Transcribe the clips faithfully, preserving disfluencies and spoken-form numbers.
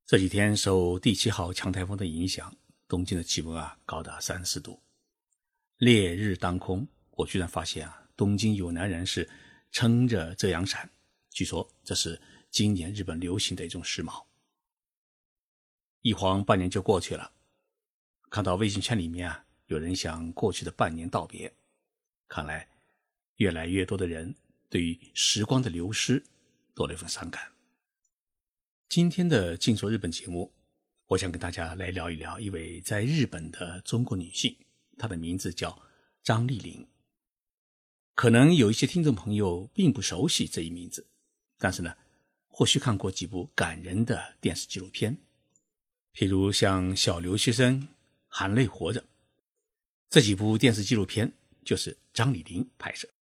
这几天受第七号强台风的影响，东京的气温啊高达三十度，烈日当空。我居然发现啊，东京有男人是撑着遮阳伞，据说这是今年日本流行的一种时髦。一晃半年就过去了，看到微信圈里面啊，有人向过去的半年道别，看来越来越多的人对于时光的流失多了一份伤感。今天的静说日本节目，我想跟大家来聊一聊一位在日本的中国女性，她的名字叫张丽玲。可能有一些听众朋友并不熟悉这一名字，但是呢，或许看过几部感人的电视纪录片，譬如像《小留学生》《含泪活着》，这几部电视纪录片就是张丽玲拍摄。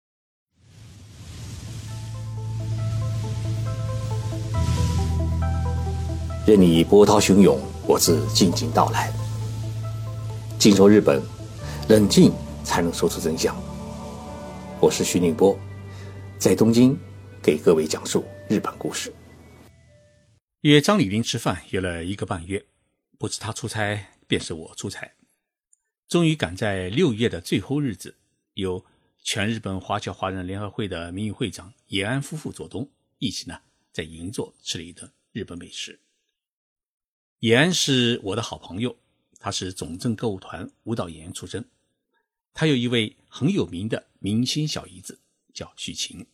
任你波涛汹涌，我自静静到来。静说日本，冷静才能说出真相。我是徐宁波，在东京给各位讲述日本故事。 约张丽玲吃饭约了一个半月，不是她出差便是我出差，终于赶在六月的最后日子，由全日本华侨华人联合会的名誉会长野安夫妇做东，一起呢在银座吃了一顿日本美食。野安是我的好朋友，他是总政歌舞团舞蹈演员出身，他有一位很有名的明星小姨子叫许晴。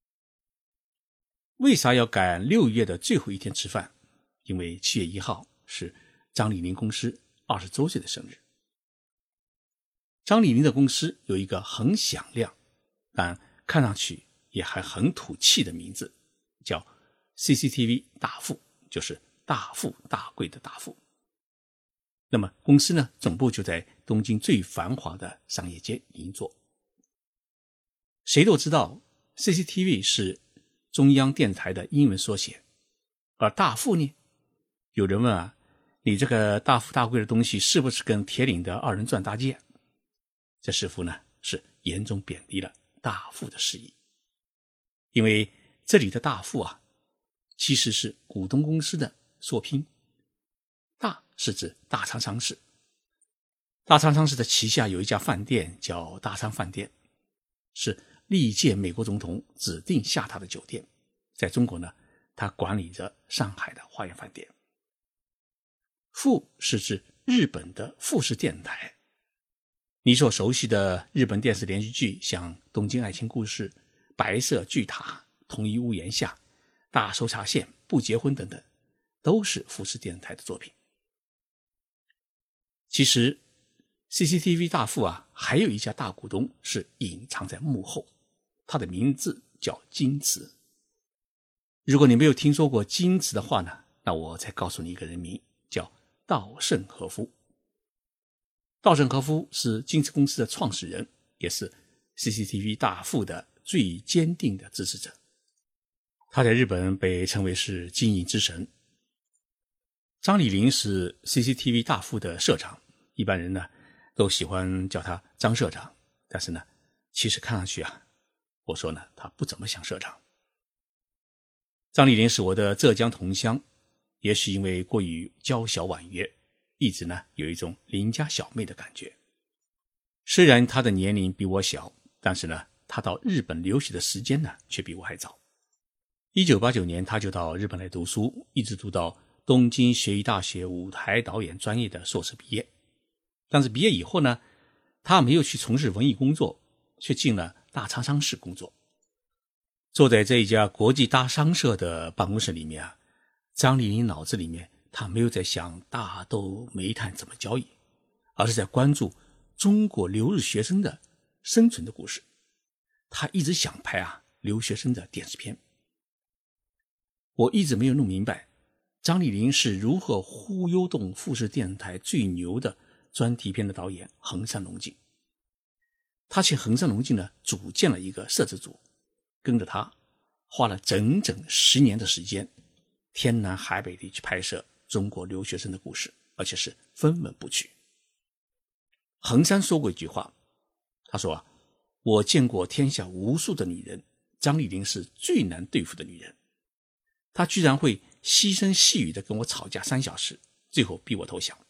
为啥要赶六月的最后一天吃饭？因为七月一号是张丽玲公司二十周岁的生日。张丽玲的公司有一个很响亮但看上去也还很土气的名字，叫 C C T V 大富，就是大富大贵的大富。那么公司呢，总部就在东京最繁华的商业街银座。谁都知道 C C T V 是中央电视台的英文缩写，而大富呢，有人问啊，你这个大富大贵的东西是不是跟铁岭的二人转搭界？这似乎呢是严重贬低了大富的事意，因为这里的大富啊，其实是股东公司的缩拼，大是指大仓商事，大仓商事的旗下有一家饭店叫大仓饭店，是历届美国总统指定下榻的酒店，在中国呢，它管理着上海的花园饭店。富是指日本的富士电台，你所熟悉的日本电视连续剧，像《东京爱情故事》、《白色巨塔》、《同一屋檐下》、《大搜查线》、《不结婚》等等，都是富士电台的作品。其实 C C T V 大富啊，还有一家大股东是隐藏在幕后，他的名字叫金瓷。如果你没有听说过金瓷的话呢，那我再告诉你一个人名，叫稻盛和夫。稻盛和夫是金瓷公司的创始人，也是 C C T V 大富的最坚定的支持者。他在日本被称为是经营之神。张丽玲是 C C T V 大富的社长，一般人呢都喜欢叫他张社长，但是呢，其实看上去啊，我说呢，他不怎么像社长。张丽玲是我的浙江同乡，也许因为过于娇小婉约，一直呢有一种邻家小妹的感觉。虽然她的年龄比我小，但是呢，她到日本留学的时间呢却比我还早。一九八九年她就到日本来读书，一直读到东京学艺大学舞台导演专业的硕士毕业。但是毕业以后呢，她没有去从事文艺工作，却进了大仓商事工作。坐在这一家国际大商社的办公室里面啊，张丽玲脑子里面她没有在想大豆煤炭怎么交易，而是在关注中国留日学生的生存的故事。她一直想拍啊留学生的电视片。我一直没有弄明白张丽玲是如何忽悠动富士电视台最牛的专题片的导演横山龙静。他请横山龙静呢组建了一个摄制组，跟着他花了整整十年的时间，天南海北地去拍摄中国留学生的故事，而且是分文不取。横山说过一句话，他说啊，我见过天下无数的女人，张丽玲是最难对付的女人。她居然会细声细语的跟我吵架三小时，最后逼我投降。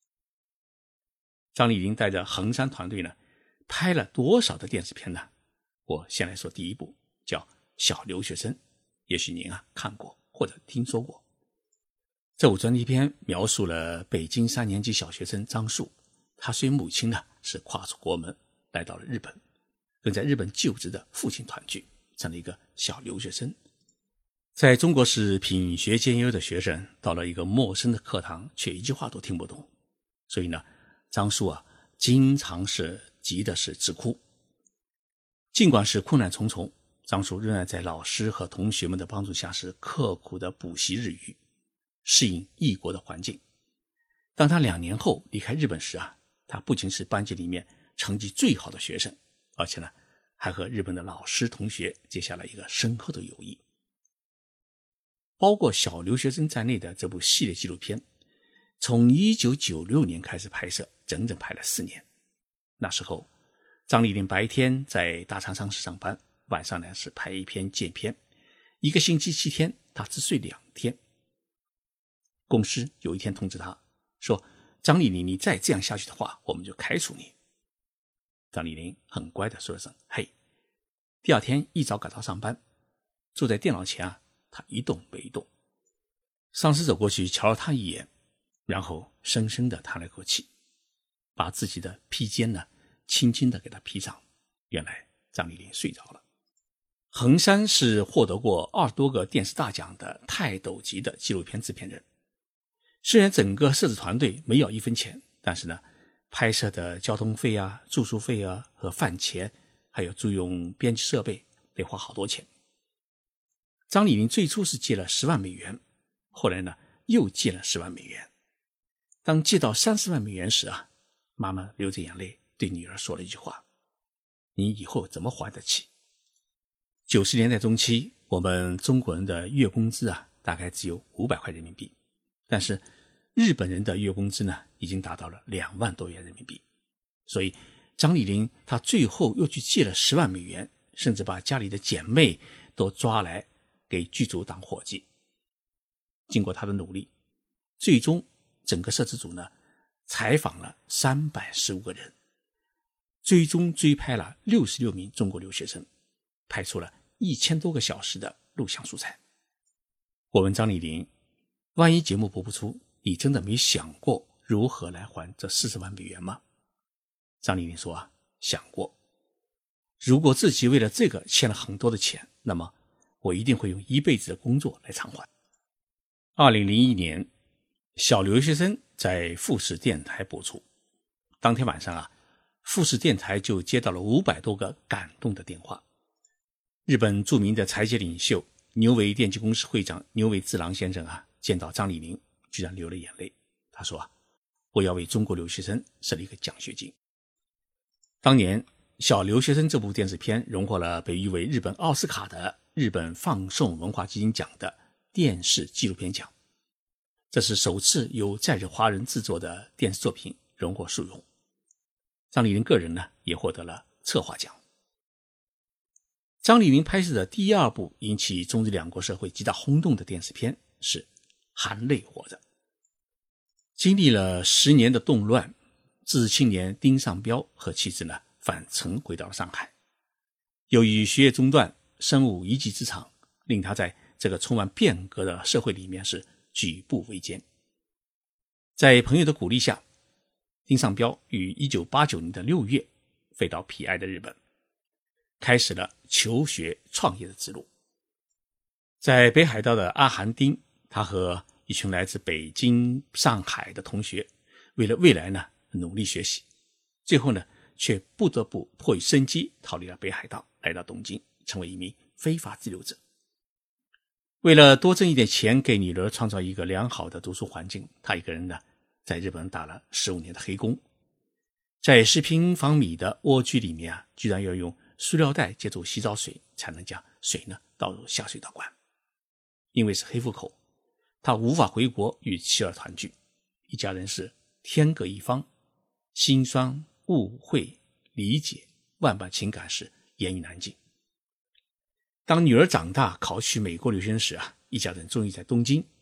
张丽玲带着衡山团队呢，拍了多少的电视片呢？我先来说第一部，叫《小留学生》，也许您啊看过或者听说过。这部专题片描述了北京三年级小学生张树，他随母亲呢是跨出国门来到了日本，跟在日本就职的父亲团聚，成了一个小留学生。在中国是品学兼优的学生，到了一个陌生的课堂，却一句话都听不懂。所以呢，张树啊，经常是急的是直哭。尽管是困难重重，张树仍然在老师和同学们的帮助下，是刻苦的补习日语，适应异国的环境。当他两年后离开日本时啊，他不仅是班级里面成绩最好的学生，而且呢，还和日本的老师同学结下了一个深厚的友谊。包括小留学生在内的这部系列纪录片，从一九九六年开始拍摄，整整拍了四年。那时候，张丽玲白天在大厂商市上班，晚上呢是拍一篇剪片，一个星期七天，她只睡两天。公司有一天通知她说：“张丽玲，你再这样下去的话，我们就开除你。”张丽玲很乖的说了声“嘿”。第二天一早赶到上班，坐在电脑前啊，他一动没动。上司走过去瞧了他一眼，然后深深地叹了口气，把自己的披肩呢轻轻地给他披上。原来张丽玲睡着了。衡山是获得过二十多个电视大奖的泰斗级的纪录片制片人。虽然整个摄制团队没要一分钱，但是呢，拍摄的交通费啊、住宿费啊和饭钱，还有租用编辑设备，得花好多钱。张丽玲最初是借了十万美元，后来呢又借了十万美元。当借到三十万美元时啊，妈妈流着眼泪对女儿说了一句话：“你以后怎么还得起？”九十年代中期，我们中国人的月工资啊，大概只有五百块人民币，但是日本人的月工资呢，已经达到了两万多元人民币。所以张丽玲她最后又去借了十万美元，甚至把家里的姐妹都抓来给剧组当伙计。经过他的努力，最终整个摄制组呢采访了三百十五个人，最终追拍了六十六名中国留学生，拍出了一千多个小时的录像素材。我问张丽玲，万一节目播不出，你真的没想过如何来还这四十万美元吗？张丽玲说啊，想过。如果自己为了这个欠了很多的钱，那么我一定会用一辈子的工作来偿还。二零零一年，小留学生在富士电台播出。当天晚上啊，富士电台就接到了五百多个感动的电话。日本著名的财界领袖牛尾电机公司会长牛尾治郎先生啊，见到张丽玲居然流了眼泪。他说啊，我要为中国留学生设立一个奖学金。当年小留学生这部电视片荣获了被誉为日本奥斯卡的日本放送文化基金奖的电视纪录片奖，这是首次由在日华人制作的电视作品荣获殊荣。张丽玲个人呢也获得了策划奖。张丽玲拍摄的第二部引起中日两国社会极大轰动的电视片是《含泪活着》。经历了十年的动乱，知识青年丁尚彪和妻子呢返程回到了上海。由于学业中断，身无一技之长，令他在这个充满变革的社会里面是举步维艰。在朋友的鼓励下，丁尚彪于一九八九年的六月飞到彼岸的日本，开始了求学创业的之路。在北海道的阿寒町，他和一群来自北京、上海的同学，为了未来呢努力学习，最后呢却不得不迫于生计逃离了北海道，来到东京，成为一名非法自由者。为了多挣一点钱，给女儿创造一个良好的读书环境，他一个人呢在日本打了十五年的黑工，在十平方米的蜗居里面啊，居然要用塑料袋接住洗澡水，才能将水呢倒入下水道管。因为是黑户口，他无法回国与妻儿团聚，一家人是天各一方，心酸、误会、理解，万般情感是言语难尽。当女儿长大考取美国留学时啊，一家人终于在东京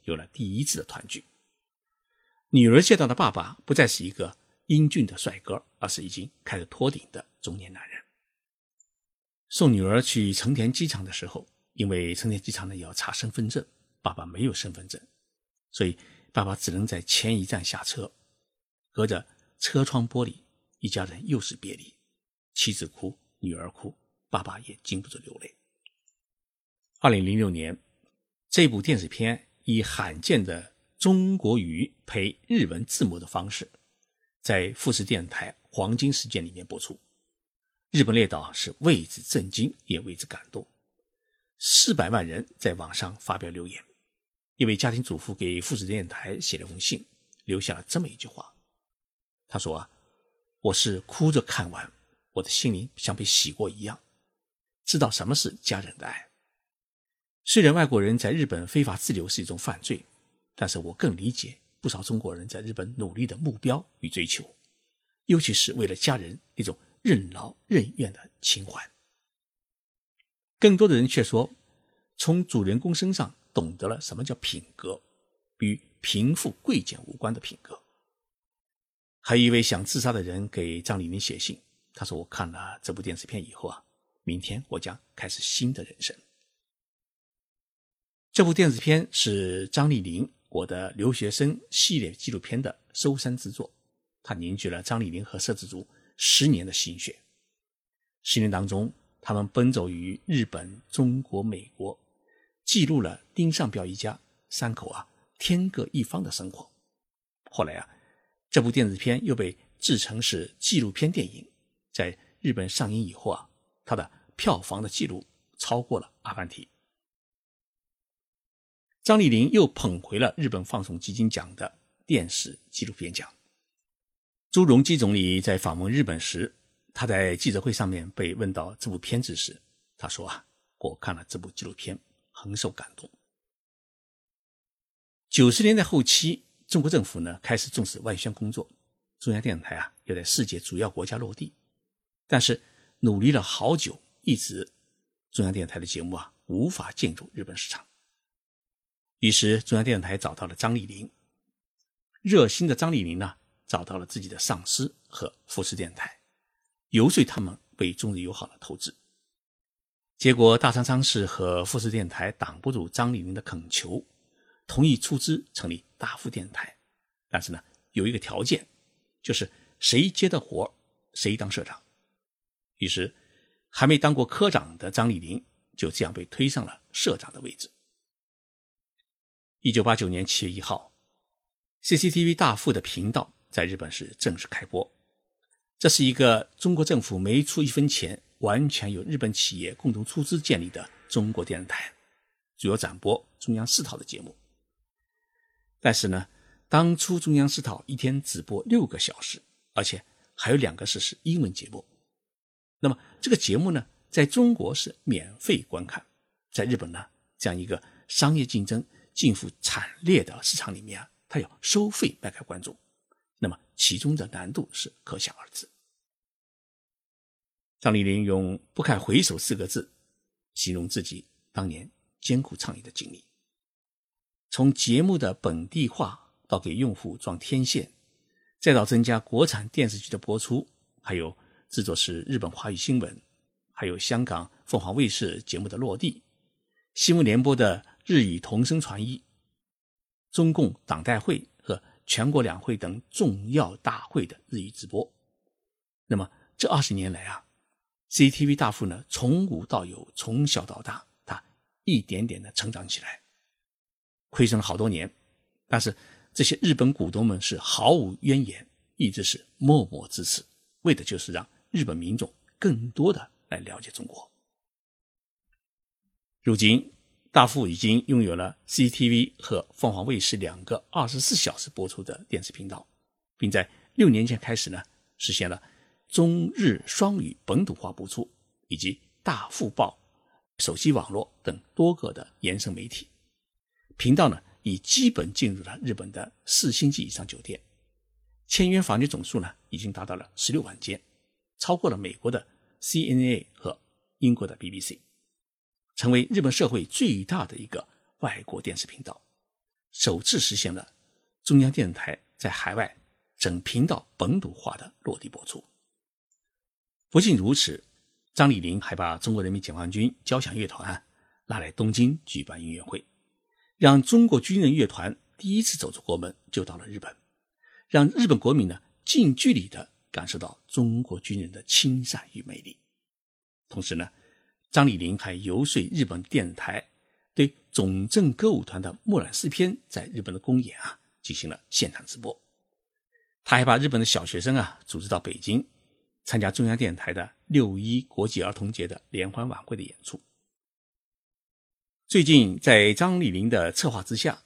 有了第一次的团聚。女儿见到的爸爸不再是一个英俊的帅哥，而是已经开始脱顶的中年男人。送女儿去成田机场的时候，因为成田机场呢也要查身份证，爸爸没有身份证，所以爸爸只能在前一站下车，隔着车窗玻璃，一家人又是别离，妻子哭，女儿哭，爸爸也禁不住流泪。二零零六年，这部电视片以罕见的中国语配日文字幕的方式，在富士电视台黄金时间里面播出。日本列岛是为之震惊，也为之感动。四百万人在网上发表留言。一位家庭主妇给富士电视台写了封信，留下了这么一句话。他说啊，我是哭着看完，我的心灵像被洗过一样，知道什么是家人的爱。虽然外国人在日本非法滞留是一种犯罪，但是我更理解不少中国人在日本努力的目标与追求，尤其是为了家人那种任劳任怨的情怀。更多的人却说，从主人公身上懂得了什么叫品格，与贫富贵贱无关的品格。还有一位想自杀的人给张丽玲写信，他说，我看了这部电视片以后啊，明天我将开始新的人生。这部电视片是张丽玲我的留学生系列纪录片的收山之作，它凝聚了张丽玲和摄制组十年的心血。十年当中，他们奔走于日本、中国、美国，记录了丁尚彪一家三口啊天各一方的生活。后来啊，这部电视片又被制成是纪录片电影，在日本上映以后啊，它的票房的记录超过了《阿凡提》。张丽玲又捧回了日本放送基金奖的电视纪录片奖。朱镕基总理在访问日本时，他在记者会上面被问到这部片子时，他说啊，我看了这部纪录片很受感动。九十年代后期，中国政府呢开始重视外宣工作，中央电视台啊要在世界主要国家落地，但是努力了好久，一直中央电视台的节目啊无法进入日本市场。于是中央电视台找到了张丽玲，热心的张丽玲呢找到了自己的上司和富士电视台，游说他们为中日友好的投资。结果大仓昌市和富士电视台挡不住张丽玲的恳求，同意出资成立大富电视台，但是呢有一个条件，就是谁接的活谁当社长。于是还没当过科长的张丽玲就这样被推上了社长的位置。一九八九年七月一号 C C T V 大富的频道在日本是正式开播。这是一个中国政府没出一分钱，完全由日本企业共同出资建立的中国电视台，主要转播中央四套的节目。但是呢，当初中央四套一天只播六个小时，而且还有两个是是英文节目。那么这个节目呢，在中国是免费观看，在日本呢，这样一个商业竞争近乎惨烈的市场里面啊，它要收费卖给观众，那么其中的难度是可想而知。张丽玲用不堪回首四个字形容自己当年艰苦创业的经历，从节目的本地化到给用户装天线，再到增加国产电视剧的播出，还有制作是日本华语新闻，还有香港凤凰卫视节目的落地，新闻联播的日语同声传译，中共党代会和全国两会等重要大会的日语直播。那么这二十年来啊 C C T V 大富呢，从无到有，从小到大，它一点点的成长起来，亏损了好多年，但是这些日本股东们是毫无怨言，一直是默默支持，为的就是让日本民众更多的来了解中国。如今大富已经拥有了 C C T V 和凤凰卫视两个二十四小时播出的电视频道，并在六年前开始呢，实现了中日双语本土化播出，以及大富报、手机网络等多个的延伸媒体。频道呢，已基本进入了日本的四星级以上酒店，签约房间总数呢，已经达到了十六万间，超过了美国的 C N A 和英国的 B B C， 成为日本社会最大的一个外国电视频道。 首次实现了中央电视台在海外整频道本土化的落地播出。不仅如此，张丽玲还把中国人民解放军交响乐团拉来东京举办音乐会，让中国军人乐团第一次走出国门就到了日本，让日本国民呢近距离地感受到中国军人的亲善与魅力。同时呢，张丽玲还游说日本电视台对总政歌舞团的《木兰诗篇》在日本的公演啊进行了现场直播。他还把日本的小学生啊组织到北京参加中央电视台的六一国际儿童节的联欢晚会的演出。最近在张丽玲的策划之下，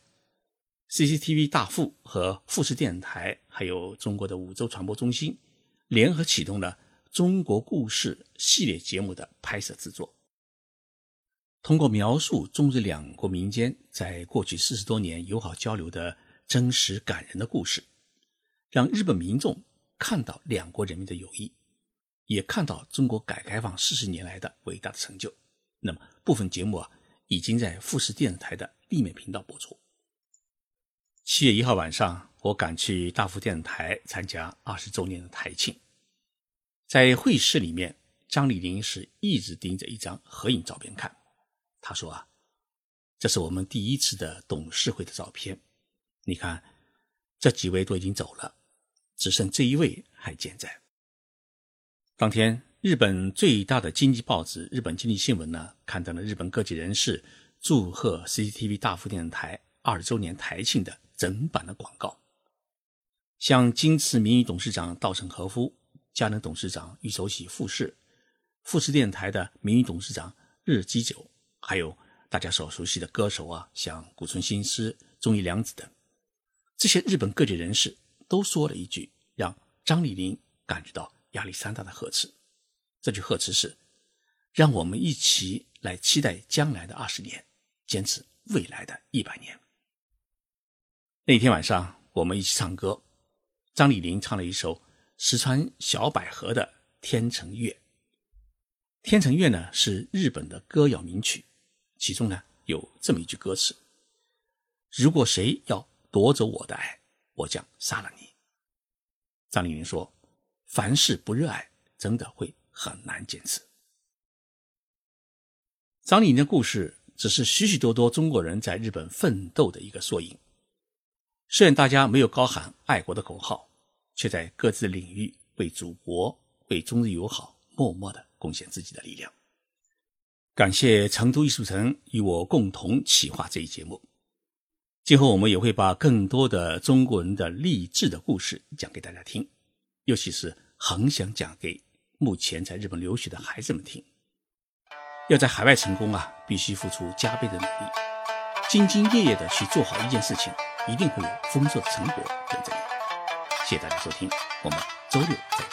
C C T V 大富和富士电视台还有中国的五洲传播中心联合启动了中国故事系列节目的拍摄制作。通过描述中日两国民间在过去四十多年友好交流的真实感人的故事，让日本民众看到两国人民的友谊，也看到中国改革开放四十年来的伟大的成就。那么部分节目啊已经在富士电视台的立面频道播出。七月一号晚上，我赶去大富电视台参加二十周年的台庆。在会议室里面，张丽玲是一直盯着一张合影照片看。她说啊，这是我们第一次的董事会的照片，你看这几位都已经走了，只剩这一位还健在。当天，日本最大的经济报纸日本经济新闻呢刊登了日本各界人士祝贺 C C T V 大富电视台二十周年台庆的整版的广告，像京瓷名誉董事长稻盛和夫、佳能董事长玉守喜富士、富士电台的名誉董事长日基久，还有大家所熟悉的歌手啊，像古村新司、中井良子等，这些日本各界人士都说了一句让张丽玲感觉到压力山大的贺词。这句贺词是：让我们一起来期待将来的二十年，坚持未来的一百年。那天晚上我们一起唱歌，张丽玲唱了一首石川小百合的《天成月》。天成月呢是日本的歌谣名曲，其中呢有这么一句歌词：如果谁要夺走我的爱，我将杀了你。张丽玲说，凡事不热爱真的会很难坚持。张丽玲的故事只是许许多多中国人在日本奋斗的一个缩影。虽然大家没有高喊爱国的口号，却在各自的领域为祖国、为中日友好默默地贡献自己的力量。感谢成都艺术城与我共同企划这一节目。今后我们也会把更多的中国人的励志的故事讲给大家听，尤其是很想讲给目前在日本留学的孩子们听。要在海外成功啊，必须付出加倍的努力，兢兢业业地去做好一件事情，一定会有丰硕的成果等着你。谢谢大家收听，我们周六再见。